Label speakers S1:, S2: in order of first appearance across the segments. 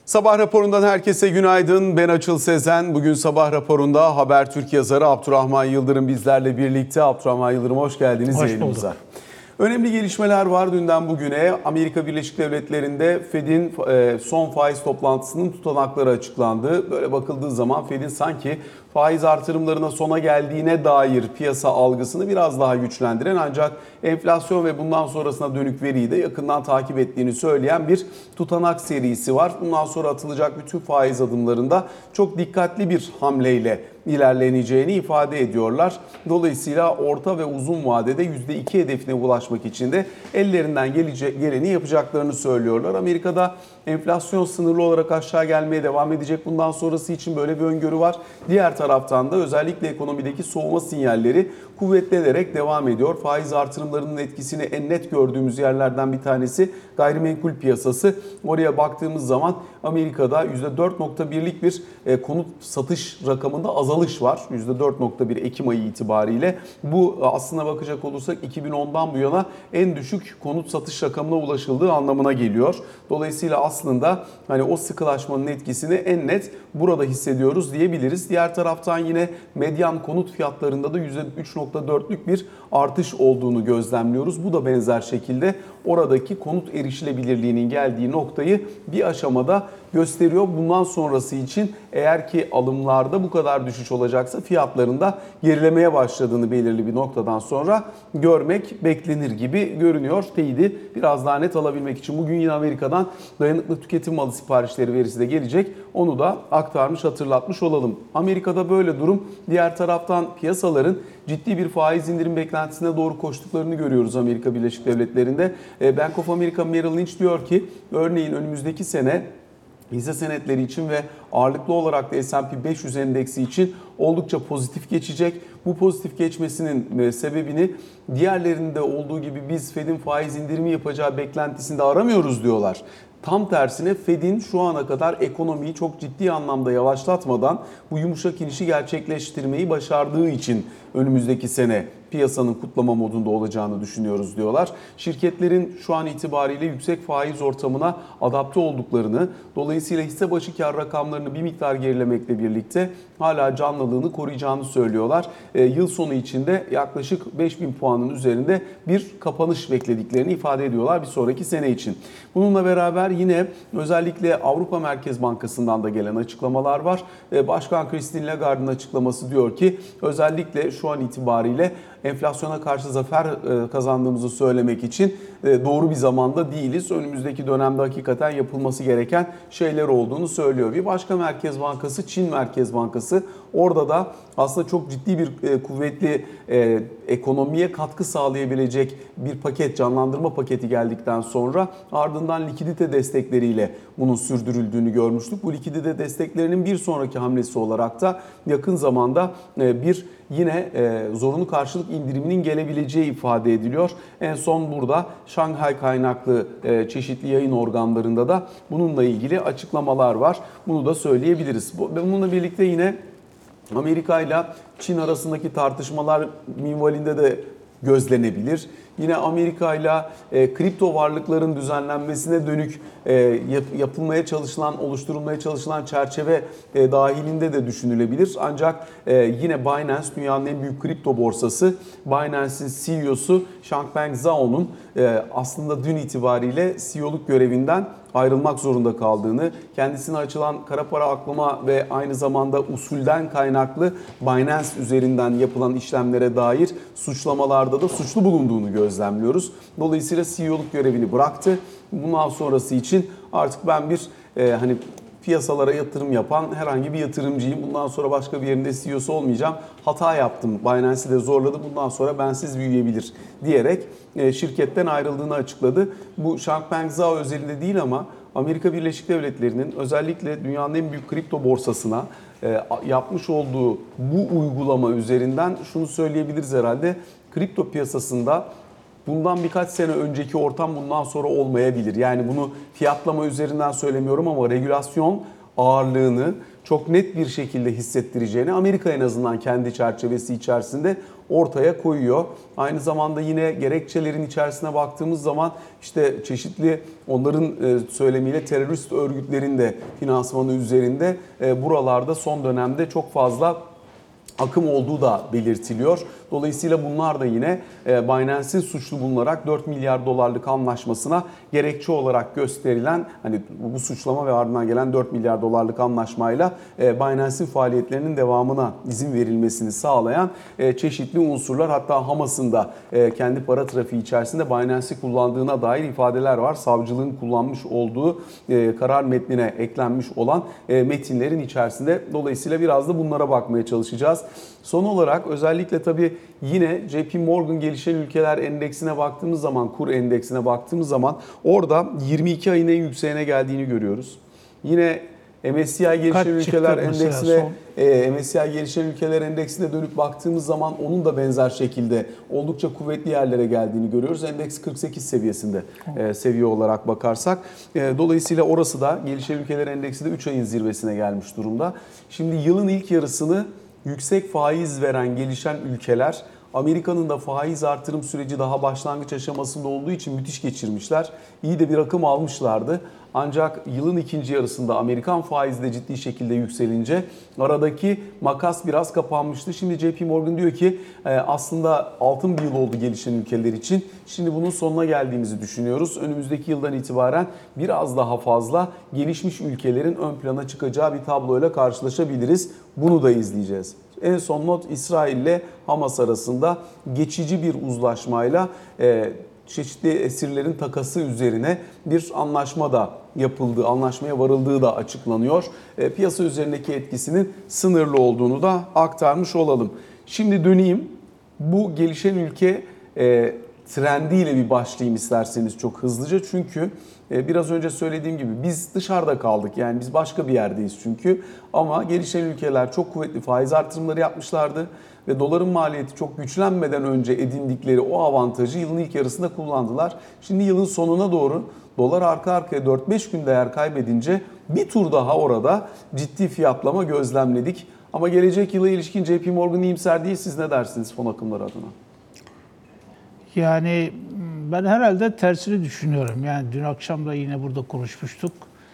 S1: Sabah raporundan herkese günaydın. Ben Açıl Sezen. Bugün sabah raporunda Habertürk yazarı Abdurrahman Yıldırım bizlerle birlikte. Abdurrahman Yıldırım hoş geldiniz yayınımıza. Önemli gelişmeler var dünden bugüne. Amerika Birleşik Devletleri'nde Fed'in son faiz toplantısının tutanakları açıklandı. Böyle bakıldığı zaman Fed'in sanki faiz artırımlarına sona geldiğine dair piyasa algısını biraz daha güçlendiren ancak enflasyon ve bundan sonrasına dönük veriyi de yakından takip ettiğini söyleyen bir tutanak serisi var. Bundan sonra atılacak bütün faiz adımlarında çok dikkatli bir hamleyle ilerleneceğini ifade ediyorlar. Dolayısıyla orta ve uzun vadede %2 hedefine ulaşmak için de ellerinden geleni yapacaklarını söylüyorlar. Amerika'da enflasyon sınırlı olarak aşağı gelmeye devam edecek. Bundan sonrası için böyle bir öngörü var. Diğer taraftan da özellikle ekonomideki soğuma sinyalleri kuvvetlenerek devam ediyor. Faiz artırımlarının etkisini en net gördüğümüz yerlerden bir tanesi gayrimenkul piyasası. Oraya baktığımız zaman Amerika'da %4.1'lik bir konut satış rakamında azalış var. %4.1 Ekim ayı itibariyle. Bu aslına bakacak olursak 2010'dan bu yana en düşük konut satış rakamına ulaşıldığı anlamına geliyor. Dolayısıyla aslında hani o sıkılaşmanın etkisini en net burada hissediyoruz diyebiliriz. Diğer taraftan yine medyan konut fiyatlarında da %3.4'lük bir artış olduğunu gözlemliyoruz. Bu da benzer şekilde oradaki konut erişilebilirliğinin geldiği noktayı bir aşamada gösteriyor. Bundan sonrası için eğer ki alımlarda bu kadar düşüş olacaksa fiyatlarında gerilemeye başladığını belirli bir noktadan sonra görmek beklenir gibi görünüyor. Teyidi biraz daha net alabilmek için bugün yine Amerika'dan dayanıklı tüketim malı siparişleri verisi de gelecek. Onu da aktarmış, hatırlatmış olalım. Amerika'da böyle durum. Diğer taraftan piyasaların ciddi bir faiz indirim beklentisine doğru koştuklarını görüyoruz Amerika Birleşik Devletleri'nde. Bank of America Merrill Lynch diyor ki örneğin önümüzdeki sene hisse senetleri için ve ağırlıklı olarak da S&P 500 endeksi için oldukça pozitif geçecek. Bu pozitif geçmesinin sebebini diğerlerinde olduğu gibi biz Fed'in faiz indirimi yapacağı beklentisinde aramıyoruz diyorlar. Tam tersine Fed'in şu ana kadar ekonomiyi çok ciddi anlamda yavaşlatmadan bu yumuşak inişi gerçekleştirmeyi başardığı için önümüzdeki sene piyasanın kutlama modunda olacağını düşünüyoruz diyorlar. Şirketlerin şu an itibariyle yüksek faiz ortamına adapte olduklarını, dolayısıyla hisse başı kar rakamlarını bir miktar gerilemekle birlikte hala canlılığını koruyacağını söylüyorlar. Yıl sonu içinde yaklaşık 5000 puanın üzerinde bir kapanış beklediklerini ifade ediyorlar bir sonraki sene için. Bununla beraber yine özellikle Avrupa Merkez Bankası'ndan da gelen açıklamalar var. Başkan Christine Lagarde'ın açıklaması diyor ki özellikle şu an itibariyle enflasyona karşı zafer kazandığımızı söylemek için doğru bir zamanda değiliz. Önümüzdeki dönemde hakikaten yapılması gereken şeyler olduğunu söylüyor. Bir başka merkez bankası Çin Merkez Bankası. Orada da aslında çok ciddi bir kuvvetli ekonomiye katkı sağlayabilecek bir paket, canlandırma paketi geldikten sonra ardından likidite destekleriyle bunun sürdürüldüğünü görmüştük. Bu likidite desteklerinin bir sonraki hamlesi olarak da yakın zamanda bir yine zorunlu karşılık indiriminin gelebileceği ifade ediliyor. En son burada Şanghay kaynaklı çeşitli yayın organlarında da bununla ilgili açıklamalar var. Bunu da söyleyebiliriz. Bununla birlikte yine Amerika ile Çin arasındaki tartışmalar minvalinde de gözlenebilir. Yine Amerika ile kripto varlıkların düzenlenmesine dönük yapılmaya çalışılan, oluşturulmaya çalışılan çerçeve dahilinde de düşünülebilir. Ancak yine Binance, dünyanın en büyük kripto borsası, Binance'in CEO'su Changpeng Zhao'nun aslında dün itibariyle CEO'luk görevinden ayrılmak zorunda kaldığını, kendisine açılan kara para aklama ve aynı zamanda usulden kaynaklı Binance üzerinden yapılan işlemlere dair suçlamalarda da suçlu bulunduğunu gözlemliyoruz. Dolayısıyla CEO'luk görevini bıraktı. Bundan sonrası için artık ben bir piyasalara yatırım yapan herhangi bir yatırımcıyım. Bundan sonra başka bir yerinde CEO'su olmayacağım. Hata yaptım. Binance'i de zorladı. Bundan sonra bensiz büyüyebilir diyerek şirketten ayrıldığını açıkladı. Bu Changpeng Zhao özelinde değil ama Amerika Birleşik Devletleri'nin özellikle dünyanın en büyük kripto borsasına yapmış olduğu bu uygulama üzerinden şunu söyleyebiliriz herhalde. Kripto piyasasında bundan birkaç sene önceki ortam bundan sonra olmayabilir. Yani bunu fiyatlama üzerinden söylemiyorum ama regülasyon ağırlığını çok net bir şekilde hissettireceğini Amerika en azından kendi çerçevesi içerisinde ortaya koyuyor. Aynı zamanda yine gerekçelerin içerisine baktığımız zaman işte çeşitli onların söylemiyle terörist örgütlerin de finansmanı üzerinde buralarda son dönemde çok fazla akım olduğu da belirtiliyor. Dolayısıyla bunlar da yine Binance'in suçlu bulunarak 4 milyar dolarlık anlaşmasına gerekçe olarak gösterilen, hani bu suçlama ve ardından gelen 4 milyar dolarlık anlaşmayla Binance'in faaliyetlerinin devamına izin verilmesini sağlayan çeşitli unsurlar, hatta Hamas'ın da kendi para trafiği içerisinde Binance'i kullandığına dair ifadeler var. Savcılığın kullanmış olduğu karar metnine eklenmiş olan metinlerin içerisinde. Dolayısıyla biraz da bunlara bakmaya çalışacağız. Son olarak özellikle tabii yine JP Morgan gelişen ülkeler endeksine baktığımız zaman, kur endeksine baktığımız zaman orada 22 ayın en yükseğine geldiğini görüyoruz. Yine MSCI gelişen ülkeler endeksine MSCI gelişen ülkeler endeksine dönüp baktığımız zaman onun da benzer şekilde oldukça kuvvetli yerlere geldiğini görüyoruz. Endeks 48 seviyesinde seviye olarak bakarsak. Dolayısıyla orası da gelişen ülkeler endeksi de 3 ayın zirvesine gelmiş durumda. Şimdi yılın ilk yarısını yüksek faiz veren gelişen ülkeler, Amerika'nın da faiz artırım süreci daha başlangıç aşamasında olduğu için müthiş geçirmişler. İyi de bir akım almışlardı. Ancak yılın ikinci yarısında Amerikan faizi de ciddi şekilde yükselince aradaki makas biraz kapanmıştı. Şimdi JP Morgan diyor ki aslında altın bir yıl oldu gelişen ülkeler için. Şimdi bunun sonuna geldiğimizi düşünüyoruz. Önümüzdeki yıldan itibaren biraz daha fazla gelişmiş ülkelerin ön plana çıkacağı bir tabloyla karşılaşabiliriz. Bunu da izleyeceğiz. En son not, İsrail ile Hamas arasında geçici bir uzlaşmayla çeşitli esirlerin takası üzerine bir anlaşma da yapıldığı, anlaşmaya varıldığı da açıklanıyor. Piyasa üzerindeki etkisinin sınırlı olduğunu da aktarmış olalım. Şimdi döneyim, bu gelişen ülke trendiyle bir başlayayım isterseniz çok hızlıca. Çünkü biraz önce söylediğim gibi biz dışarıda kaldık. Yani biz başka bir yerdeyiz çünkü. Ama gelişen ülkeler çok kuvvetli faiz artırımları yapmışlardı. Ve doların maliyeti çok güçlenmeden önce edindikleri o avantajı yılın ilk yarısında kullandılar. Şimdi yılın sonuna doğru dolar arka arkaya 4-5 gün değer kaybedince bir tur daha orada ciddi fiyatlama gözlemledik. Ama gelecek yıla ilişkin JP Morgan iyimser değil. Siz ne dersiniz fon akımları adına?
S2: Yani ben herhalde tersini düşünüyorum. Yani dün akşam da yine burada konuşmuştuk.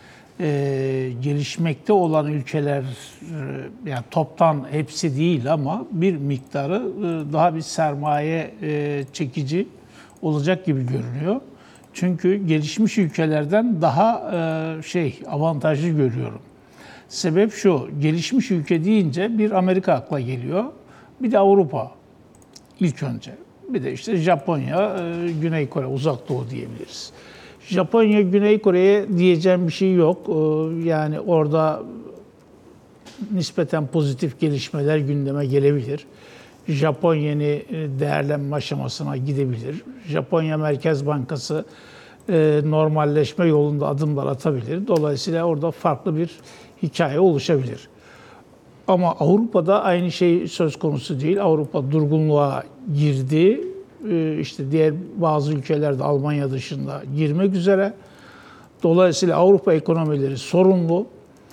S2: Gelişmekte olan ülkeler, yani toptan hepsi değil ama bir miktarı daha bir sermaye çekici olacak gibi görünüyor. Çünkü gelişmiş ülkelerden daha avantajlı görüyorum. Sebep şu, gelişmiş ülke deyince bir Amerika akla geliyor, bir de Avrupa ilk önce. Bir de işte Japonya, Güney Kore, Uzak Doğu diyebiliriz. Japonya, Güney Kore'ye diyeceğim bir şey yok. Yani orada nispeten pozitif gelişmeler gündeme gelebilir. Japon yeni değerlenme aşamasına gidebilir. Japonya Merkez Bankası normalleşme yolunda adımlar atabilir. Dolayısıyla orada farklı bir hikaye oluşabilir. Ama Avrupa'da aynı şey söz konusu değil. Avrupa durgunluğa girdi. İşte diğer bazı ülkelerde Almanya dışında girmek üzere. Dolayısıyla Avrupa ekonomileri sorunlu.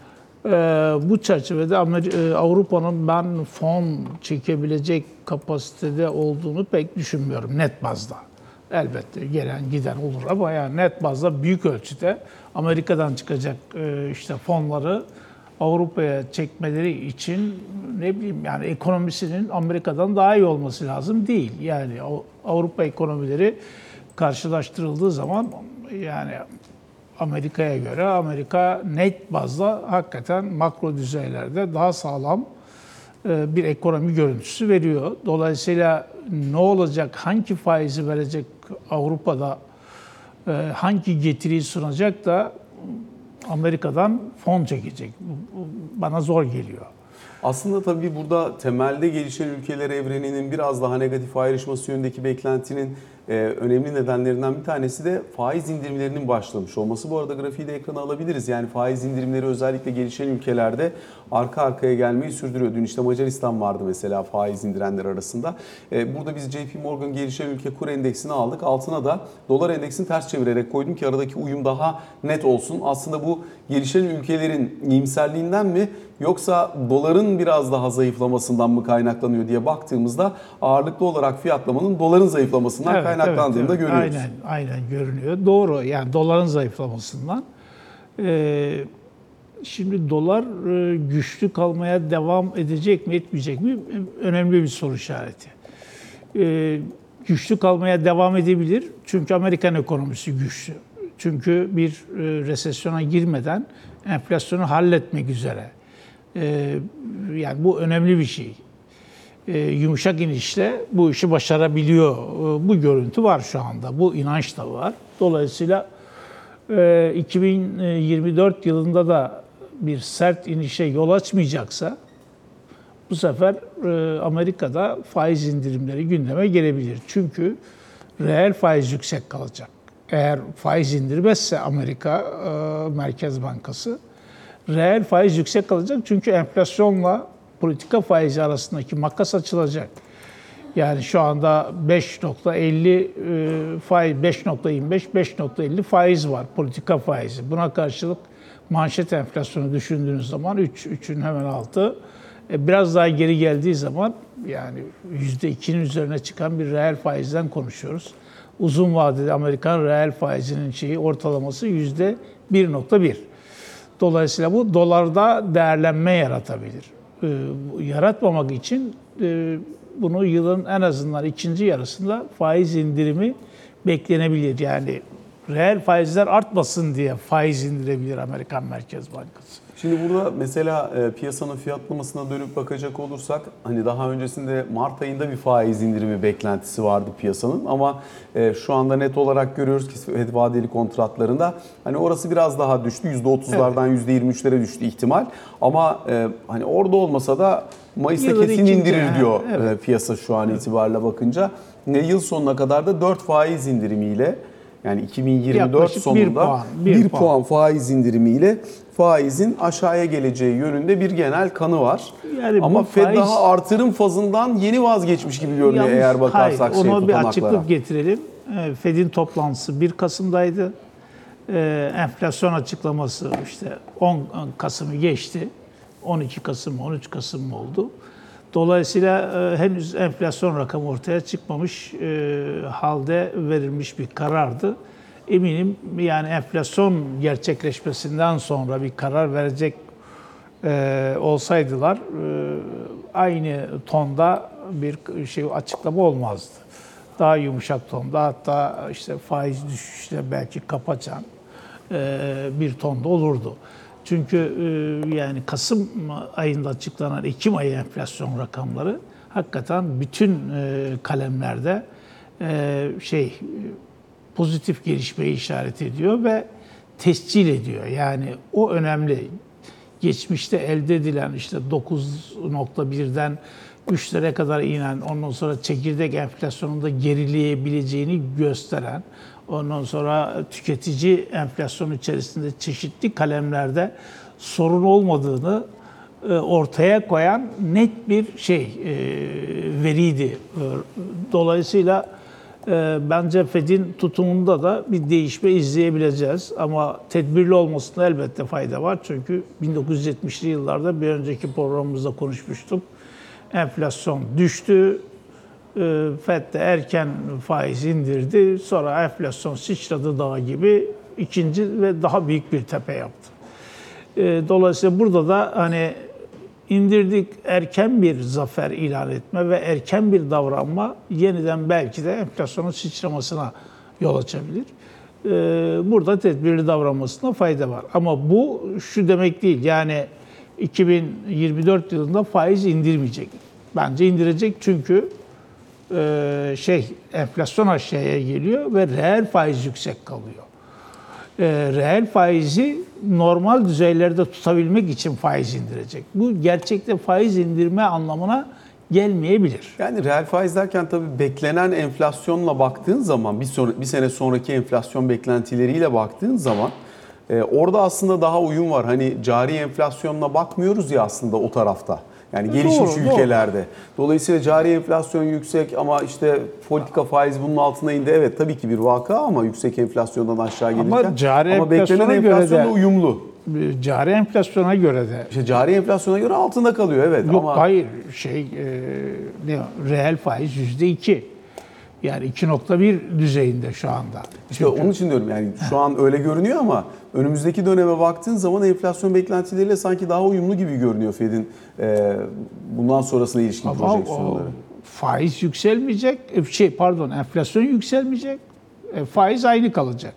S2: Bu çerçevede Avrupa'nın ben fon çekebilecek kapasitede olduğunu pek düşünmüyorum net bazda. Elbette gelen giden olur ama yani net bazda büyük ölçüde Amerika'dan çıkacak işte fonları Avrupa'ya çekmeleri için ne bileyim yani ekonomisinin Amerika'dan daha iyi olması lazım değil. Yani Avrupa ekonomileri karşılaştırıldığı zaman yani Amerika'ya göre Amerika net bazda hakikaten makro düzeylerde daha sağlam bir ekonomi görüntüsü veriyor. Dolayısıyla ne olacak, hangi faizi verecek Avrupa'da, hangi getiriyi sunacak da Amerika'dan fon çekecek. Bana zor geliyor.
S1: Aslında tabii burada temelde gelişen ülkeler evreninin biraz daha negatif ayrışması yönündeki beklentinin önemli nedenlerinden bir tanesi de faiz indirimlerinin başlamış olması. Bu arada grafiği de ekrana alabiliriz. Yani faiz indirimleri özellikle gelişen ülkelerde arka arkaya gelmeyi sürdürüyor. Dün işte Macaristan vardı mesela faiz indirenler arasında. Burada biz JP Morgan gelişen ülke kur endeksini aldık. Altına da dolar endeksini ters çevirerek koydum ki aradaki uyum daha net olsun. Aslında bu gelişen ülkelerin iyimserliğinden mi yoksa doların biraz daha zayıflamasından mı kaynaklanıyor diye baktığımızda ağırlıklı olarak fiyatlamanın doların zayıflamasından kaynaklandığını da görüyoruz.
S2: Aynen görünüyor. Doğru, yani doların zayıflamasından. Şimdi dolar güçlü kalmaya devam edecek mi etmeyecek mi önemli bir soru işareti. Güçlü kalmaya devam edebilir çünkü Amerikan ekonomisi güçlü. Çünkü bir resesyona girmeden enflasyonu halletmek üzere. Yani bu önemli bir şey. Yumuşak inişle bu işi başarabiliyor. Bu görüntü var şu anda. Bu inanç da var. Dolayısıyla 2024 yılında da bir sert inişe yol açmayacaksa bu sefer Amerika'da faiz indirimleri gündeme gelebilir. Çünkü reel faiz yüksek kalacak. Eğer faiz indirmezse Amerika Merkez Bankası reel faiz yüksek kalacak. Çünkü enflasyonla politika faizi arasındaki makas açılacak. Yani şu anda 5.50 faiz, 5.25, 5.50 faiz var, politika faizi. Buna karşılık manşet enflasyonu düşündüğünüz zaman 3'ün hemen altı. Biraz daha geri geldiği zaman yani %2'nin üzerine çıkan bir reel faizden konuşuyoruz. Uzun vadede Amerikan reel faizinin ortalaması %1.1. Dolayısıyla bu dolarda değerlenme yaratabilir. Yaratmamak için bunu yılın en azından ikinci yarısında faiz indirimi beklenebilir. Yani reel faizler artmasın diye faiz indirebilir Amerikan Merkez Bankası.
S1: Şimdi burada mesela piyasanın fiyatlamasına dönüp bakacak olursak hani daha öncesinde Mart ayında bir faiz indirimi beklentisi vardı piyasanın ama şu anda net olarak görüyoruz ki Fed vadeli kontratlarında hani orası biraz daha düştü. %30'lardan %23'lere düştü ihtimal ama hani orada olmasa da Mayıs'ta kesin indirir diyor piyasa şu an itibariyle bakınca. Yıl sonuna kadar da 4 faiz indirimiyle yani 2024
S2: yaklaşık
S1: sonunda 1 puan faiz indirimiyle faizin aşağıya geleceği yönünde bir genel kanı var. Yani ama Fed daha artırım fazından yeni vazgeçmiş gibi görünüyor eğer bakarsak
S2: tutanaklara. Ona bir açıklık
S1: tutanaklara.
S2: getirelim. Fed'in toplantısı 1 Kasım'daydı. Enflasyon açıklaması işte 10 Kasım'ı geçti. 12 Kasım, 13 Kasım oldu. Dolayısıyla henüz enflasyon rakamı ortaya çıkmamış halde verilmiş bir karardı. Eminim yani enflasyon gerçekleşmesinden sonra bir karar verecek olsaydılar aynı tonda bir açıklama olmazdı. Daha yumuşak tonda hatta işte faiz düşüşle belki kapatan bir tonda olurdu. Çünkü yani Kasım ayında açıklanan Ekim ayı enflasyon rakamları hakikaten bütün kalemlerde pozitif gelişmeyi işaret ediyor ve tescil ediyor. Yani o önemli. Geçmişte elde edilen işte 9.1'den 3'lere kadar inen, ondan sonra çekirdek enflasyonunda gerileyebileceğini gösteren, ondan sonra tüketici enflasyon içerisinde çeşitli kalemlerde sorun olmadığını ortaya koyan net bir veriydi. Dolayısıyla bence Fed'in tutumunda da bir değişme izleyebileceğiz. Ama tedbirli olmasında elbette fayda var. Çünkü 1970'li yıllarda bir önceki programımızda konuşmuştuk. Enflasyon düştü. Fed de erken faiz indirdi. Sonra enflasyon sıçradı dağı gibi ikinci ve daha büyük bir tepe yaptı. Dolayısıyla burada da hani indirdik, erken bir zafer ilan etme ve erken bir davranma yeniden belki de enflasyonun sıçramasına yol açabilir. Burada tedbirli davranmasına fayda var. Ama bu şu demek değil. Yani 2024 yılında faiz indirmeyecek. Bence indirecek çünkü enflasyon aşağıya geliyor ve reel faiz yüksek kalıyor. Reel faizi normal düzeylerde tutabilmek için faiz indirecek. Bu gerçekte faiz indirme anlamına gelmeyebilir.
S1: Yani reel faiz derken tabii beklenen enflasyonla baktığın zaman bir sene sonraki enflasyon beklentileriyle baktığın zaman orada aslında daha uyum var. Hani cari enflasyonla bakmıyoruz ya aslında o tarafta. Yani gelişmiş ülkelerde. Dolayısıyla cari enflasyon yüksek ama işte politika faiz bunun altına indi. Evet tabii ki bir vaka ama yüksek enflasyondan aşağı gelirken. Ama beklenen enflasyonla uyumlu.
S2: Cari enflasyona göre de.
S1: İşte cari enflasyona göre altında kalıyor evet.
S2: Yok
S1: ama
S2: hayır reel faiz %2. Yani 2,1 düzeyinde şu anda.
S1: İşte onun için diyorum yani şu an öyle görünüyor ama önümüzdeki döneme baktığın zaman enflasyon beklentileriyle sanki daha uyumlu gibi görünüyor Fed'in bundan sonrasına ilişkin projeksiyonları.
S2: Faiz yükselmeyecek, enflasyon yükselmeyecek, faiz aynı kalacak.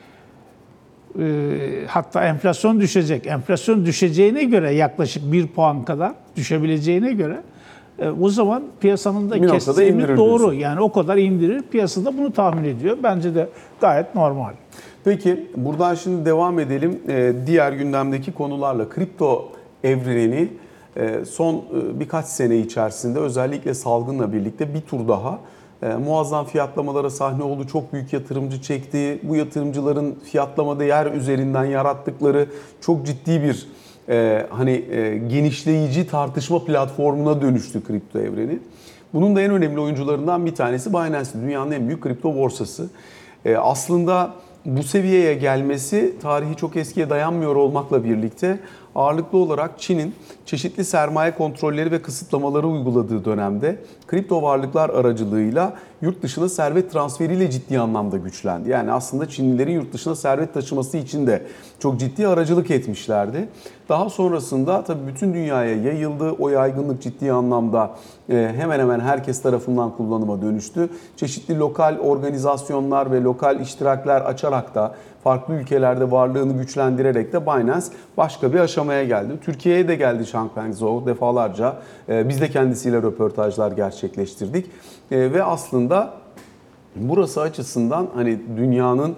S2: Hatta enflasyon düşecek. Enflasyon düşeceğine göre yaklaşık 1 puan kadar düşebileceğine göre o zaman piyasanın da kestiği doğru. Yani o kadar indirir. Piyasada bunu tahmin ediyor. Bence de gayet normal.
S1: Peki buradan şimdi devam edelim. Diğer gündemdeki konularla. Kripto evreni son birkaç sene içerisinde özellikle salgınla birlikte bir tur daha muazzam fiyatlamalara sahne oldu. Çok büyük yatırımcı çekti. Bu yatırımcıların fiyatlama değer üzerinden yarattıkları çok ciddi bir genişleyici tartışma platformuna dönüştü kripto evreni. Bunun da en önemli oyuncularından bir tanesi Binance. Dünyanın en büyük kripto borsası. Aslında bu seviyeye gelmesi tarihi çok eskiye dayanmıyor olmakla birlikte ağırlıklı olarak Çin'in çeşitli sermaye kontrolleri ve kısıtlamaları uyguladığı dönemde kripto varlıklar aracılığıyla yurt dışına servet transferiyle ciddi anlamda güçlendi. Yani aslında Çinlilerin yurt dışına servet taşıması için de çok ciddi aracılık etmişlerdi. Daha sonrasında tabii bütün dünyaya yayıldı. O yaygınlık ciddi anlamda hemen hemen herkes tarafından kullanıma dönüştü. Çeşitli lokal organizasyonlar ve lokal iştirakler açarak da farklı ülkelerde varlığını güçlendirerek de Binance başka bir aşamaya geldi. Türkiye'ye de geldi Changpeng Zhou defalarca. Biz de kendisiyle röportajlar gerçekleştirdik. Ve aslında burası açısından hani dünyanın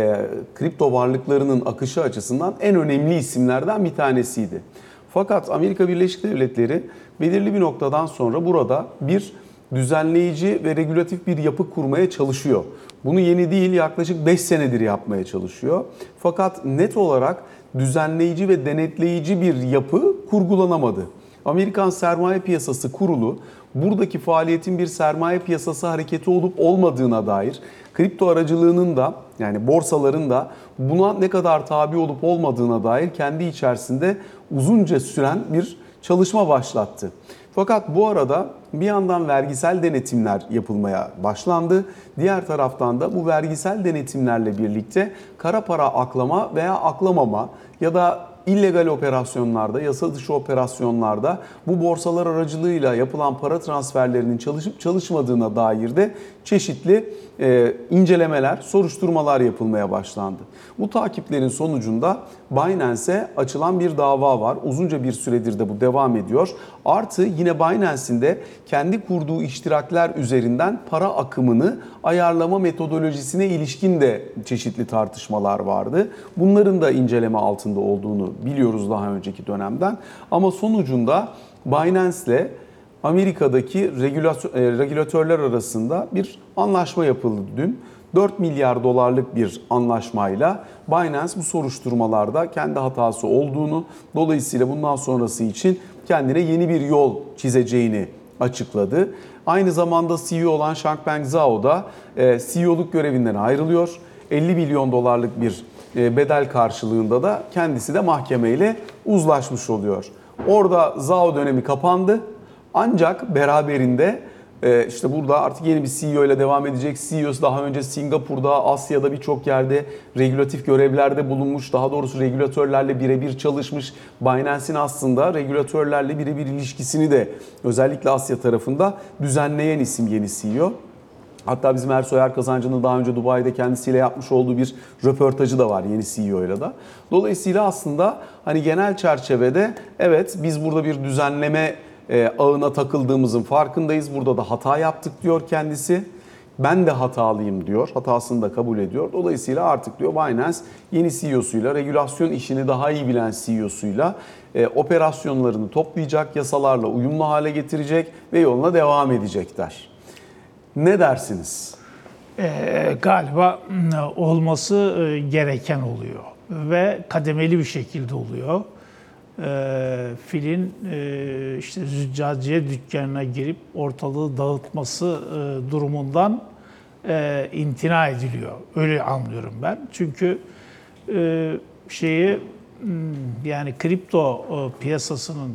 S1: kripto varlıklarının akışı açısından en önemli isimlerden bir tanesiydi. Fakat Amerika Birleşik Devletleri belirli bir noktadan sonra burada bir düzenleyici ve regülatif bir yapı kurmaya çalışıyor. Bunu yeni değil yaklaşık 5 senedir yapmaya çalışıyor. Fakat net olarak düzenleyici ve denetleyici bir yapı kurgulanamadı. Amerikan Sermaye Piyasası Kurulu buradaki faaliyetin bir sermaye piyasası hareketi olup olmadığına dair kripto aracılığının da yani borsaların da buna ne kadar tabi olup olmadığına dair kendi içerisinde uzunca süren bir çalışma başlattı. Fakat bu arada bir yandan vergisel denetimler yapılmaya başlandı. Diğer taraftan da bu vergisel denetimlerle birlikte kara para aklama veya aklamama ya da illegal operasyonlarda, yasa dışı operasyonlarda bu borsalar aracılığıyla yapılan para transferlerinin çalışıp çalışmadığına dair de çeşitli incelemeler, soruşturmalar yapılmaya başlandı. Bu takiplerin sonucunda Binance'e açılan bir dava var. Uzunca bir süredir de bu devam ediyor. Artı yine Binance'in de kendi kurduğu iştirakler üzerinden para akımını ayarlama metodolojisine ilişkin de çeşitli tartışmalar vardı. Bunların da inceleme altında olduğunu biliyoruz daha önceki dönemden. Ama sonucunda Binance ile Amerika'daki regülatörler arasında bir anlaşma yapıldı dün. 4 milyar dolarlık bir anlaşmayla Binance bu soruşturmalarda kendi hatası olduğunu, dolayısıyla bundan sonrası için kendine yeni bir yol çizeceğini açıkladı. Aynı zamanda CEO olan Changpeng Zhou da CEO'luk görevinden ayrılıyor. 50 milyon dolarlık bir bedel karşılığında da kendisi de mahkemeyle uzlaşmış oluyor. Orada Zhou dönemi kapandı. Ancak beraberinde işte burada artık yeni bir CEO ile devam edecek. CEO'su daha önce Singapur'da, Asya'da birçok yerde regülatif görevlerde bulunmuş. Daha doğrusu regülatörlerle birebir çalışmış. Binance'in aslında regülatörlerle birebir ilişkisini de özellikle Asya tarafında düzenleyen isim yeni CEO. Hatta bizim Ersoy Erkazancı'nın daha önce Dubai'de kendisiyle yapmış olduğu bir röportajı da var yeni CEO ile de. Dolayısıyla aslında hani genel çerçevede evet biz burada bir düzenleme ağına takıldığımızın farkındayız. Burada da hata yaptık diyor kendisi. ben de hatalıyım diyor. Hatasını da kabul ediyor. Dolayısıyla artık diyor Binance yeni CEO'suyla, regülasyon işini daha iyi bilen CEO'suyla operasyonlarını toplayacak, yasalarla uyumlu hale getirecek ve yoluna devam edecekler. Ne dersiniz?
S2: Galiba olması gereken oluyor ve kademeli bir şekilde oluyor. Filin işte züccaciye dükkanına girip ortalığı dağıtması durumundan imtina ediliyor. Öyle anlıyorum ben. Çünkü yani kripto piyasasının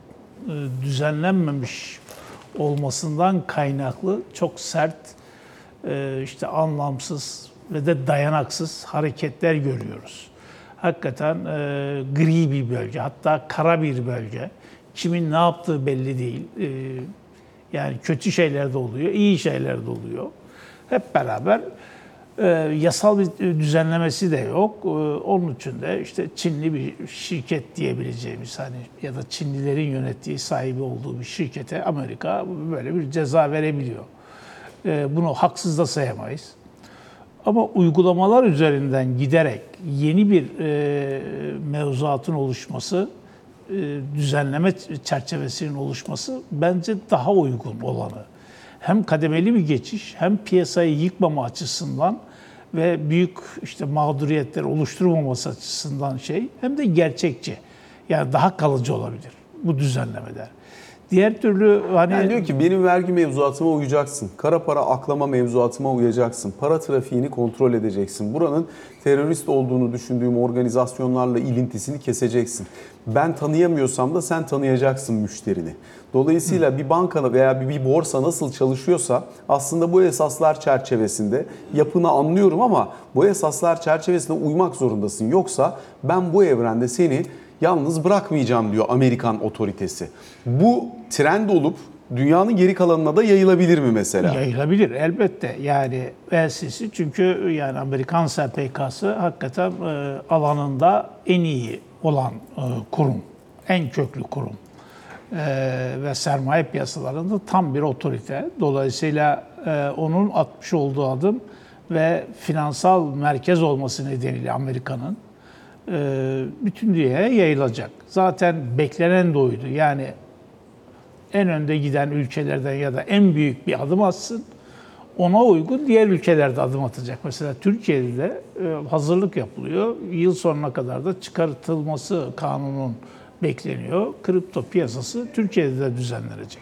S2: düzenlenmemiş olmasından kaynaklı çok sert, işte anlamsız ve de dayanaksız hareketler görüyoruz. Hakikaten gri bir bölge, hatta kara bir bölge. Kimin ne yaptığı belli değil. Yani kötü şeyler de oluyor, iyi şeyler de oluyor. Hep beraber yasal bir düzenlemesi de yok. Onun için de işte Çinli bir şirket diyebileceğimiz hani ya da Çinlilerin yönettiği, sahibi olduğu bir şirkete Amerika böyle bir ceza verebiliyor. Bunu haksız da sayamayız. Ama uygulamalar üzerinden giderek yeni bir mevzuatın oluşması, düzenleme çerçevesinin oluşması bence daha uygun olanı. Hem kademeli bir geçiş, hem piyasayı yıkmama açısından ve büyük işte mağduriyetler oluşturmaması açısından hem de gerçekçi. Yani daha kalıcı olabilir bu düzenlemeler. Diğer türlü hani...
S1: Yani diyor ki benim vergi mevzuatıma uyacaksın. Kara para aklama mevzuatıma uyacaksın. Para trafiğini kontrol edeceksin. Buranın terörist olduğunu düşündüğüm organizasyonlarla ilintisini keseceksin. Ben tanıyamıyorsam da sen tanıyacaksın müşterini. Dolayısıyla bir banka veya bir borsa nasıl çalışıyorsa aslında bu esaslar çerçevesinde yapını anlıyorum ama bu esaslar çerçevesinde uymak zorundasın. Yoksa ben bu evrende seni yalnız bırakmayacağım diyor Amerikan otoritesi. Bu trend olup dünyanın geri kalanına da yayılabilir mi mesela?
S2: Yayılabilir elbette. Yani SEC çünkü yani Amerikan SPK'sı hakikaten alanında en iyi olan kurum, en köklü kurum. Ve sermaye piyasalarında tam bir otorite. Dolayısıyla onun atmış olduğu adım ve finansal merkez olması nedeniyle Amerika'nın bütün dünyaya yayılacak. Zaten beklenen de oydu. Yani en önde giden ülkelerden ya da en büyük bir adım atsın. Ona uygun diğer ülkeler de adım atacak. Mesela Türkiye'de de hazırlık yapılıyor. Yıl sonuna kadar da çıkartılması kanunun bekleniyor. Kripto piyasası Türkiye'de de düzenlenecek.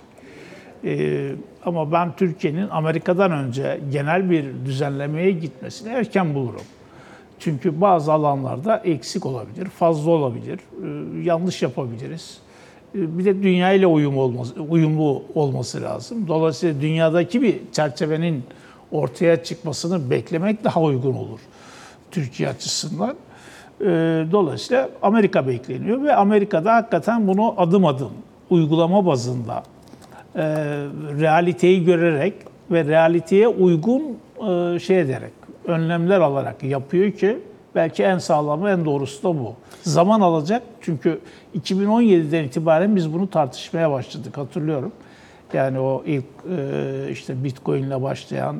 S2: Ama ben Türkiye'nin Amerika'dan önce genel bir düzenlemeye gitmesini erken bulurum. Çünkü bazı alanlarda eksik olabilir, fazla olabilir, yanlış yapabiliriz. Bir de dünya ile uyumlu olması lazım. Dolayısıyla dünyadaki bir çerçevenin ortaya çıkmasını beklemek daha uygun olur Türkiye açısından. Dolayısıyla Amerika bekleniyor ve Amerika'da hakikaten bunu adım adım uygulama bazında realiteyi görerek ve realiteye uygun ederek, önlemler alarak yapıyor ki belki en sağlamı, en doğrusu da bu. Zaman alacak çünkü 2017'den itibaren biz bunu tartışmaya başladık, hatırlıyorum. Yani o ilk işte Bitcoin'le başlayan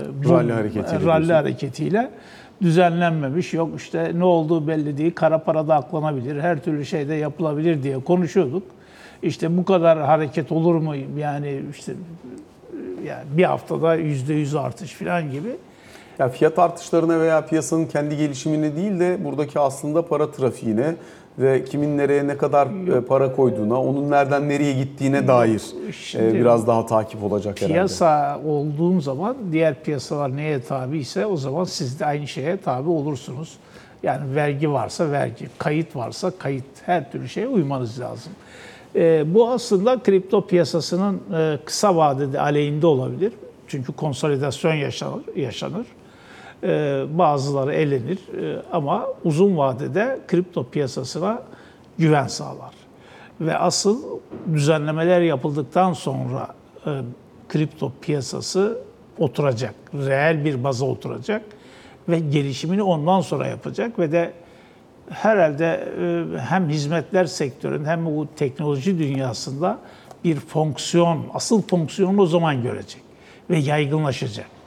S2: rally hareketiyle düzenlenmemiş, yok işte ne olduğu belli değil, kara para da aklanabilir, her türlü şey de yapılabilir diye konuşuyorduk. İşte bu kadar hareket olur mu? Yani işte bir haftada %100 artış falan gibi.
S1: Ya fiyat artışlarına veya piyasanın kendi gelişimine değil de buradaki aslında para trafiğine ve kimin nereye ne kadar para koyduğuna, onun nereden nereye gittiğine dair biraz daha takip olacak herhalde.
S2: Piyasa olduğun zaman diğer piyasalar neye tabi ise o zaman siz de aynı şeye tabi olursunuz. Yani vergi varsa vergi, kayıt varsa kayıt, her türlü şeye uymanız lazım. Bu aslında kripto piyasasının kısa vadede aleyhinde olabilir. Çünkü konsolidasyon yaşanır. Bazıları elenir ama uzun vadede kripto piyasasına güven sağlar. Ve asıl düzenlemeler yapıldıktan sonra kripto piyasası oturacak, reel bir baza oturacak ve gelişimini ondan sonra yapacak ve de herhalde hem hizmetler sektöründe hem bu teknoloji dünyasında bir fonksiyon, asıl fonksiyonu o zaman görecek ve yaygınlaşacak.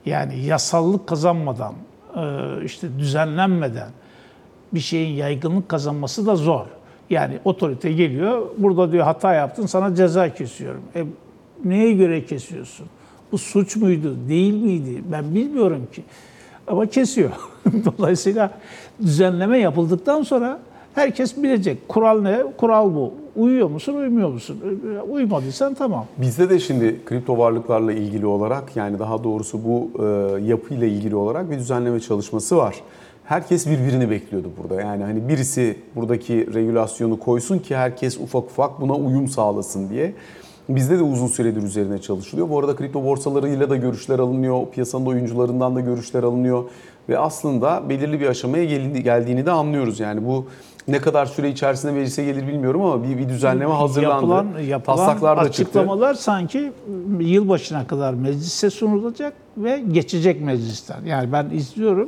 S2: Yani yasallık kazanmadan, işte düzenlenmeden bir şeyin yaygınlık kazanması da zor. Yani otorite geliyor, burada diyor hata yaptın, sana ceza kesiyorum. Neye göre kesiyorsun? Bu suç muydu, değil miydi? Ben bilmiyorum ki. Ama kesiyor. Dolayısıyla düzenleme yapıldıktan sonra herkes bilecek. Kural ne? Kural bu. Uyuyor musun, uymuyor musun? Uymadıysan tamam.
S1: Bizde de şimdi kripto varlıklarla ilgili olarak, yani daha doğrusu bu yapıyla ilgili olarak bir düzenleme çalışması var. Herkes birbirini bekliyordu burada. Yani hani birisi buradaki regülasyonu koysun ki herkes ufak ufak buna uyum sağlasın diye. Bizde de uzun süredir üzerine çalışılıyor. Bu arada kripto borsalarıyla da görüşler alınıyor, piyasanın oyuncularından da görüşler alınıyor ve aslında belirli bir aşamaya geldiğini de anlıyoruz. Yani bu ne kadar süre içerisinde meclise gelir bilmiyorum ama bir düzenleme hazırlandı.
S2: Yapılan
S1: Taslaklar da
S2: açıklamalar sanki yılbaşına kadar meclise sunulacak ve geçecek meclisten. Yani ben izliyorum.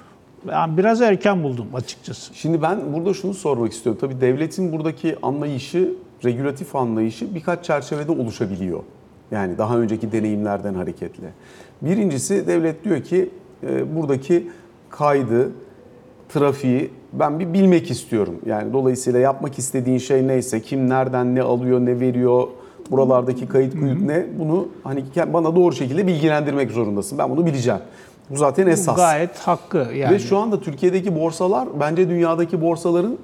S2: Ben biraz erken buldum açıkçası.
S1: Şimdi ben burada şunu sormak istiyorum. Tabii devletin buradaki anlayışı, regülatif anlayışı birkaç çerçevede oluşabiliyor. Yani daha önceki deneyimlerden hareketle. Birincisi, devlet diyor ki buradaki kaydı, trafiği ben bir bilmek istiyorum. Yani dolayısıyla yapmak istediğin şey neyse, kim nereden ne alıyor, ne veriyor, buralardaki kayıt kuyut ne, bunu hani bana doğru şekilde bilgilendirmek zorundasın. Ben bunu bileceğim. Bu zaten esas.
S2: Bu gayet hakkı yani.
S1: Ve şu anda Türkiye'deki borsalar bence dünyadaki borsaların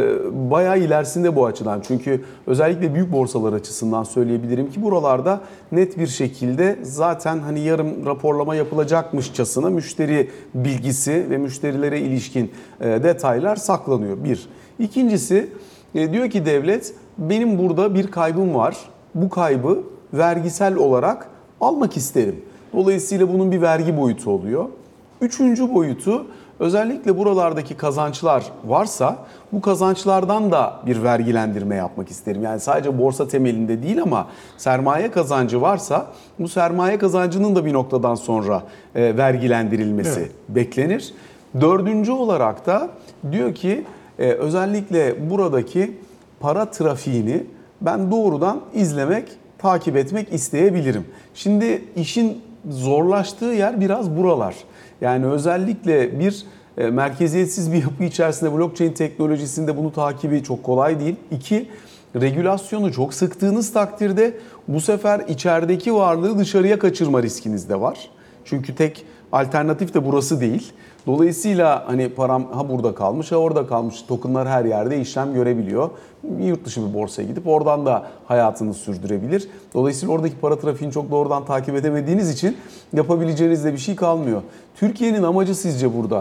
S1: bayağı ilerisinde bu açıdan. Çünkü özellikle büyük borsalar açısından söyleyebilirim ki buralarda net bir şekilde zaten hani yarım raporlama yapılacakmışçasına müşteri bilgisi ve müşterilere ilişkin detaylar saklanıyor. Bir. İkincisi, diyor ki devlet, benim burada bir kaybım var. Bu kaybı vergisel olarak almak isterim. Dolayısıyla bunun bir vergi boyutu oluyor. Üçüncü boyutu, özellikle buralardaki kazançlar varsa bu kazançlardan da bir vergilendirme yapmak isterim. Yani sadece borsa temelinde değil ama sermaye kazancı varsa bu sermaye kazancının da bir noktadan sonra vergilendirilmesi beklenir. Dördüncü olarak da diyor ki özellikle buradaki para trafiğini ben doğrudan izlemek, takip etmek isteyebilirim. Şimdi işin zorlaştığı yer biraz buralar. Yani özellikle bir merkeziyetsiz bir yapı içerisinde blockchain teknolojisinde bunu takibi çok kolay değil. İki, regülasyonu çok sıktığınız takdirde bu sefer içerideki varlığı dışarıya kaçırma riskiniz de var. Çünkü tek alternatif de burası değil. Dolayısıyla hani param ha burada kalmış ha orada kalmış, tokenlar her yerde işlem görebiliyor. Yurt dışı bir borsaya gidip oradan da hayatını sürdürebilir. Dolayısıyla oradaki para trafiğini çok doğrudan takip edemediğiniz için yapabileceğiniz de bir şey kalmıyor. Türkiye'nin amacı sizce burada?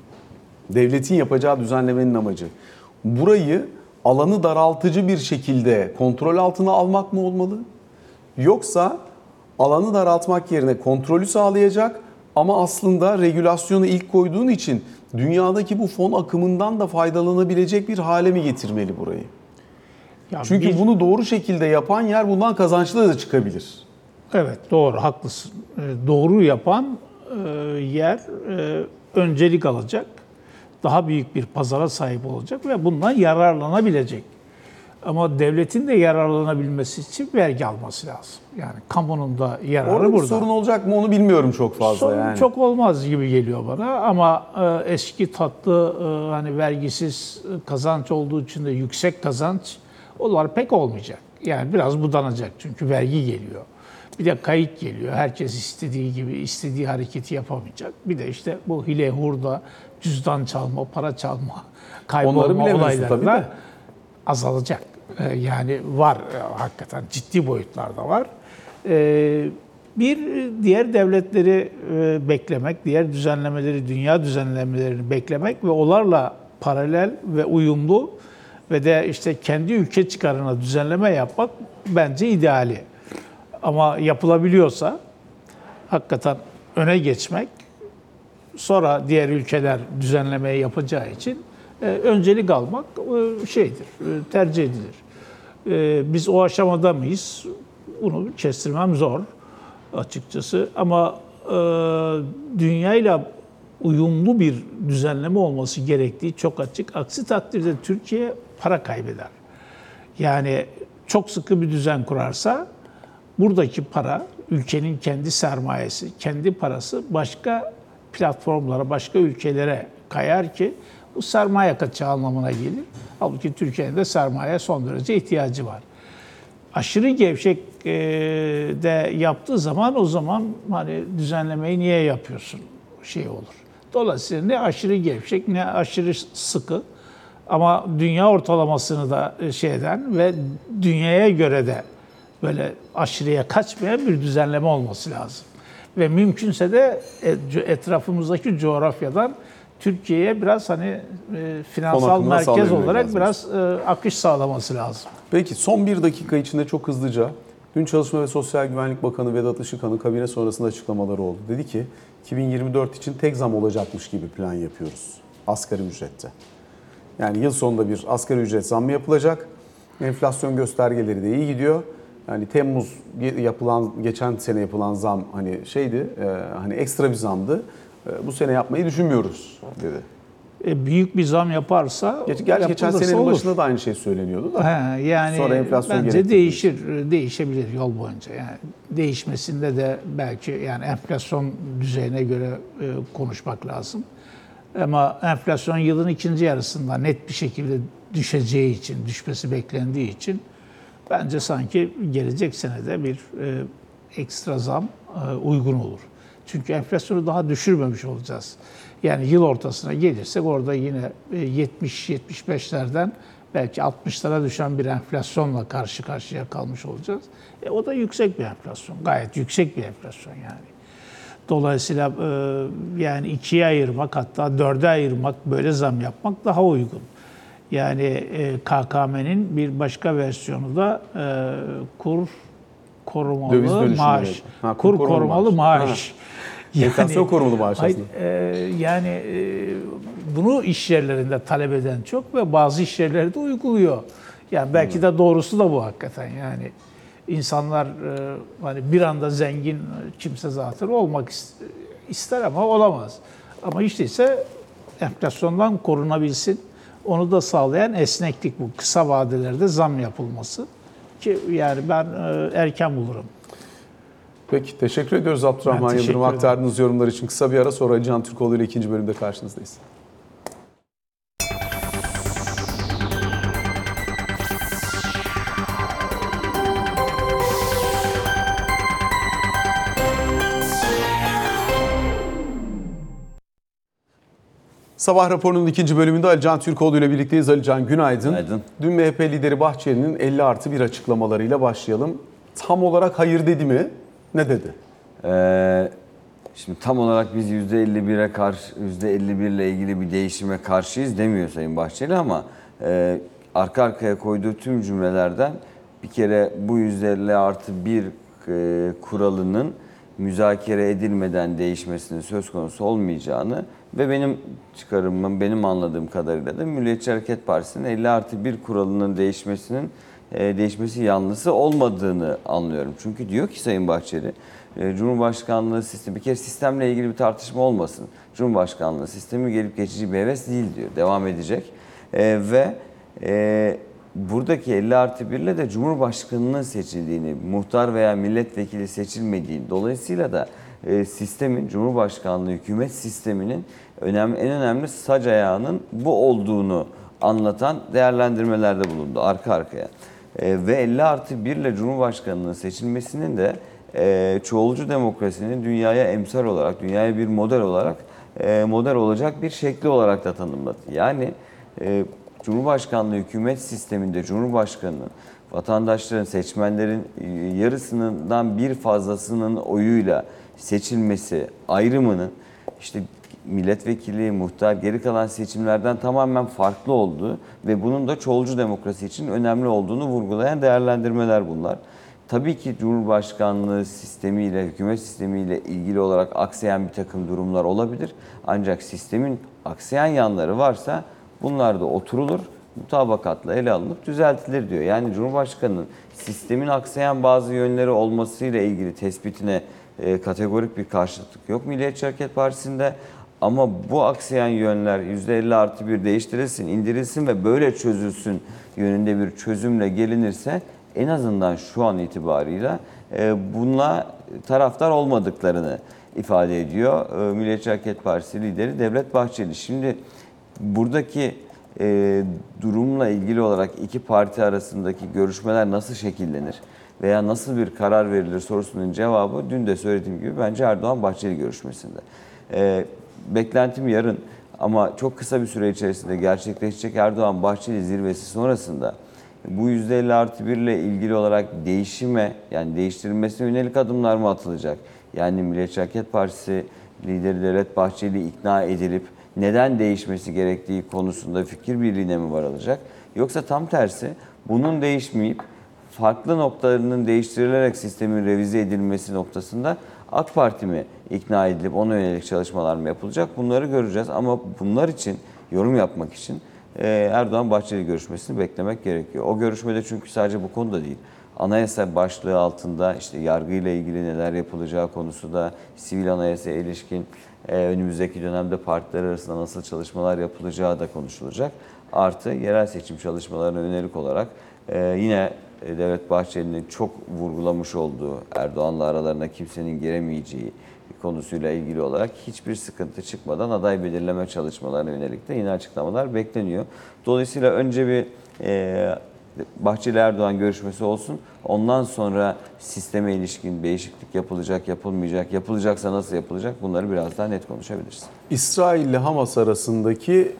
S1: Devletin yapacağı düzenlemenin amacı burayı alanı daraltıcı bir şekilde kontrol altına almak mı olmalı? Yoksa alanı daraltmak yerine kontrolü sağlayacak ama aslında regülasyonu ilk koyduğun için dünyadaki bu fon akımından da faydalanabilecek bir hale mi getirmeli burayı? Çünkü bunu doğru şekilde yapan yer bundan kazançlı da çıkabilir.
S2: Evet, doğru, haklısın. Doğru yapan yer öncelik alacak. Daha büyük bir pazara sahip olacak ve bundan yararlanabilecek. Ama devletin de yararlanabilmesi için vergi alması lazım. Yani kamunun da yararı
S1: orada
S2: burada.
S1: Sorun olacak mı onu bilmiyorum çok fazla.
S2: Sorun
S1: yani.
S2: çok olmaz gibi geliyor bana ama eski tatlı hani vergisiz kazanç olduğu için de yüksek kazanç onlar pek olmayacak. Yani biraz budanacak çünkü vergi geliyor. Bir de kayıt geliyor. Herkes istediği gibi istediği hareketi yapamayacak. Bir de işte bu hile hurda, cüzdan çalma, para çalma, kaybolma olaylarla azalacak. Yani var hakikaten ciddi boyutlarda var. Bir diğer devletleri beklemek, diğer düzenlemeleri, dünya düzenlemelerini beklemek ve onlarla paralel ve uyumlu ve de işte kendi ülke çıkarına düzenleme yapmak bence ideali. Ama yapılabiliyorsa hakikaten öne geçmek, sonra diğer ülkeler düzenlemeyi yapacağı için öncelik almak tercih edilir. Biz o aşamada mıyız? Bunu kestirmem zor açıkçası. Ama dünyayla uyumlu bir düzenleme olması gerektiği çok açık. Aksi takdirde Türkiye para kaybeder. Yani çok sıkı bir düzen kurarsa buradaki para, ülkenin kendi sermayesi, kendi parası başka platformlara, başka ülkelere kayar ki bu sermaye kaçağı anlamına gelir. Halbuki Türkiye'nin de sermaye son derece ihtiyacı var. Aşırı gevşek de yaptığı zaman o zaman hani düzenlemeyi niye yapıyorsun şey olur. Dolayısıyla ne aşırı gevşek ne aşırı sıkı ama dünya ortalamasını da şeyden ve dünyaya göre de böyle aşırıya kaçmayan bir düzenleme olması lazım. Ve mümkünse de etrafımızdaki coğrafyadan Türkiye'ye biraz hani finansal merkez olarak biraz akış sağlaması lazım.
S1: Peki son bir dakika içinde çok hızlıca dün Çalışma ve Sosyal Güvenlik Bakanı Vedat Işıkhan'ın kabine sonrasında açıklamaları oldu. Dedi ki 2024 için tek zam olacakmış gibi plan yapıyoruz asgari ücrette. Yani yıl sonunda bir asgari ücret zammı yapılacak. Enflasyon göstergeleri de iyi gidiyor. Yani Temmuz geçen sene yapılan zam hani şeydi, hani ekstra bir zamdı. Bu sene yapmayı düşünmüyoruz dedi.
S2: Büyük bir zam yaparsa
S1: Gerçi geçen senenin
S2: olur.
S1: başında da aynı şey söyleniyordu da.
S2: Yani
S1: sonra enflasyon
S2: bence değişebilir yol boyunca. Yani değişmesinde de belki yani enflasyon düzeyine göre konuşmak lazım. Ama enflasyon yılın ikinci yarısında net bir şekilde düşeceği için, düşmesi beklendiği için bence sanki gelecek senede bir ekstra zam uygun olur. Çünkü enflasyonu daha düşürmemiş olacağız. Yani yıl ortasına gelirsek orada yine 70-75'lerden belki 60'lara düşen bir enflasyonla karşı karşıya kalmış olacağız. O da yüksek bir enflasyon, gayet yüksek bir enflasyon yani. Dolayısıyla yani 2'ye ayırmak hatta 4'e ayırmak, böyle zam yapmak daha uygun. Yani KKM'nin bir başka versiyonu da kur korumalı maaş. Kur korumalı maaş.
S1: Yani, enflasyon korumalı maaş aslında.
S2: Yani bunu iş yerlerinde talep eden çok ve bazı iş yerleri de uyguluyor. Yani belki de doğrusu da bu hakikaten. Yani insanlar hani bir anda zengin kimse zaten olmak ister ama olamaz. Ama işte ise enflasyondan korunabilsin. Onu da sağlayan esneklik bu. Kısa vadelerde zam yapılması. Ki yani ben erken bulurum.
S1: Peki teşekkür ediyoruz Abdurrahman Yıldırım aktardığınız yorumlar için. Kısa bir ara sonra Ali Can Türkoğlu ile ikinci bölümde karşınızdayız. Sabah raporunun ikinci bölümünde Ali Can Türkoğlu ile birlikteyiz. Ali Can günaydın.
S3: Günaydın.
S1: Dün MHP lideri Bahçeli'nin 50+1 açıklamalarıyla başlayalım. Tam olarak hayır dedi mi? Ne dedi?
S3: Şimdi tam olarak biz %51'e karşı, %51 ile ilgili bir değişime karşıyız demiyor Sayın Bahçeli ama arka arkaya koyduğu tüm cümlelerden bir kere bu %50+1 kuralının müzakere edilmeden değişmesinin söz konusu olmayacağını ve benim çıkarımım, benim anladığım kadarıyla da Milliyetçi Hareket Partisi'nin 50+1 kuralının değişmesi yanlısı olmadığını anlıyorum. Çünkü diyor ki Sayın Bahçeli, Cumhurbaşkanlığı sistemi, bir kere sistemle ilgili bir tartışma olmasın. Cumhurbaşkanlığı sistemi gelip geçici bir heves değil diyor, devam edecek. Buradaki 50+1 ile de Cumhurbaşkanı'nın seçildiğini, muhtar veya milletvekili seçilmediğini, dolayısıyla da sistemin, Cumhurbaşkanlığı hükümet sisteminin en önemli sac ayağının bu olduğunu anlatan değerlendirmelerde bulundu arka arkaya. Ve 50+1 ile Cumhurbaşkanı'nın seçilmesinin de çoğulcu demokrasinin dünyaya emsal olarak, dünyaya bir model olacak bir şekli olarak da tanımladı. Yani Cumhurbaşkanlığı hükümet sisteminde Cumhurbaşkanı'nın vatandaşların, seçmenlerin yarısından bir fazlasının oyuyla seçilmesi ayrımının işte milletvekili, muhtar, geri kalan seçimlerden tamamen farklı olduğu ve bunun da çoğulcu demokrasi için önemli olduğunu vurgulayan değerlendirmeler bunlar. Tabii ki Cumhurbaşkanlığı sistemiyle, hükümet sistemiyle ilgili olarak aksayan bir takım durumlar olabilir. Ancak sistemin aksayan yanları varsa bunlar da oturulur, mutabakatla ele alınıp düzeltilir diyor. Yani Cumhurbaşkanı'nın sistemin aksayan bazı yönleri olmasıyla ilgili tespitine kategorik bir karşıtlık yok Milliyetçi Hareket Partisi'nde. Ama bu aksayan yönler %50+1 değiştirilsin, indirilsin ve böyle çözülsün yönünde bir çözümle gelinirse en azından şu an itibarıyla bununla taraftar olmadıklarını ifade ediyor Milliyetçi Hareket Partisi lideri Devlet Bahçeli. Şimdi buradaki durumla ilgili olarak iki parti arasındaki görüşmeler nasıl şekillenir veya nasıl bir karar verilir sorusunun cevabı dün de söylediğim gibi bence Erdoğan-Bahçeli görüşmesinde. Beklentim yarın ama çok kısa bir süre içerisinde gerçekleşecek Erdoğan-Bahçeli zirvesi sonrasında bu %50+1 ile ilgili olarak değişime, yani değiştirilmesine yönelik adımlar mı atılacak? Yani Milliyetçi Hareket Partisi lideri Devlet Bahçeli ikna edilip neden değişmesi gerektiği konusunda fikir birliğine mi varılacak? Yoksa tam tersi bunun değişmeyip farklı noktalarının değiştirilerek sistemin revize edilmesi noktasında AK Parti mi ikna edilip ona yönelik çalışmalar mı yapılacak? Bunları göreceğiz ama bunlar için, yorum yapmak için Erdoğan-Bahçeli görüşmesini beklemek gerekiyor. O görüşmede çünkü sadece bu konuda değil, anayasa başlığı altında işte yargıyla ilgili neler yapılacağı konusu da, sivil anayasaya ilişkin önümüzdeki dönemde partiler arasında nasıl çalışmalar yapılacağı da konuşulacak. Artı yerel seçim çalışmalarına yönelik olarak yine Devlet Bahçeli'nin çok vurgulamış olduğu Erdoğan'la aralarına kimsenin giremeyeceği konusuyla ilgili olarak hiçbir sıkıntı çıkmadan aday belirleme çalışmalarına yönelik de yine açıklamalar bekleniyor. Dolayısıyla önce bir Bahçeli-Erdoğan görüşmesi olsun. Ondan sonra sisteme ilişkin değişiklik yapılacak, yapılmayacak, yapılacaksa nasıl yapılacak bunları biraz daha net konuşabiliriz.
S1: İsrail ile Hamas arasındaki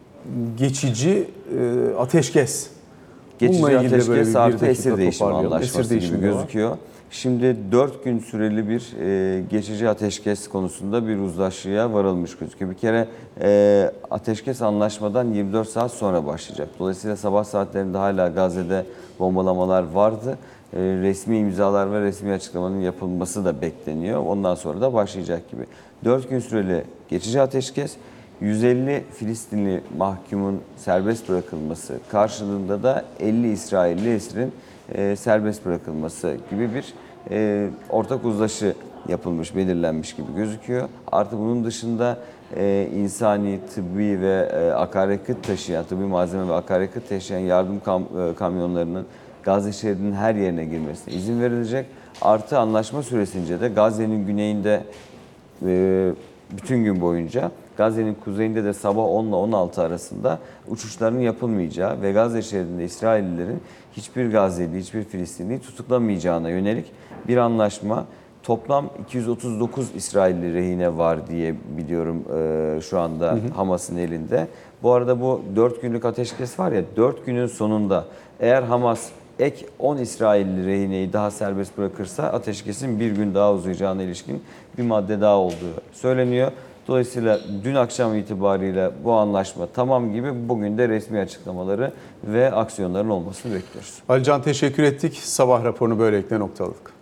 S1: geçici ateşkes.
S3: Geçici ateşkes artı esir değişimi anlaşması gibi gözüküyor. Şimdi 4 gün süreli bir geçici ateşkes konusunda bir uzlaşıya varılmış gözüküyor. Bir kere ateşkes anlaşmadan 24 saat sonra başlayacak. Dolayısıyla sabah saatlerinde hala Gazze'de bombalamalar vardı. Resmi imzalar ve resmi açıklamanın yapılması da bekleniyor. Ondan sonra da başlayacak gibi. 4 gün süreli geçici ateşkes, 150 Filistinli mahkumun serbest bırakılması karşılığında da 50 İsrailli esirin serbest bırakılması gibi bir ortak uzlaşı yapılmış, belirlenmiş gibi gözüküyor. Artı bunun dışında insani, tıbbi ve akaryakıt taşıyan, tıbbi malzeme ve akaryakıt taşıyan yardım kamyonlarının Gazze şeridinin her yerine girmesine izin verilecek. Artı anlaşma süresince de Gazze'nin güneyinde bütün gün boyunca, Gazze'nin kuzeyinde de sabah 10 ile 16 arasında uçuşların yapılmayacağı ve Gazze şeridinde İsraillilerin hiçbir Gazze'li, hiçbir Filistinli tutuklamayacağına yönelik bir anlaşma. Toplam 239 İsrailli rehine var diye biliyorum şu anda Hamas'ın elinde. Bu arada bu 4 günlük ateşkes var ya, 4 günün sonunda eğer Hamas ek 10 İsrailli rehineyi daha serbest bırakırsa ateşkesin bir gün daha uzayacağına ilişkin bir madde daha olduğu söyleniyor. Dolayısıyla dün akşam itibariyle bu anlaşma tamam gibi, bugün de resmi açıklamaları ve aksiyonların olmasını bekliyoruz.
S1: Ali Can, teşekkür ettik. Sabah raporunu böylelikle noktaladık.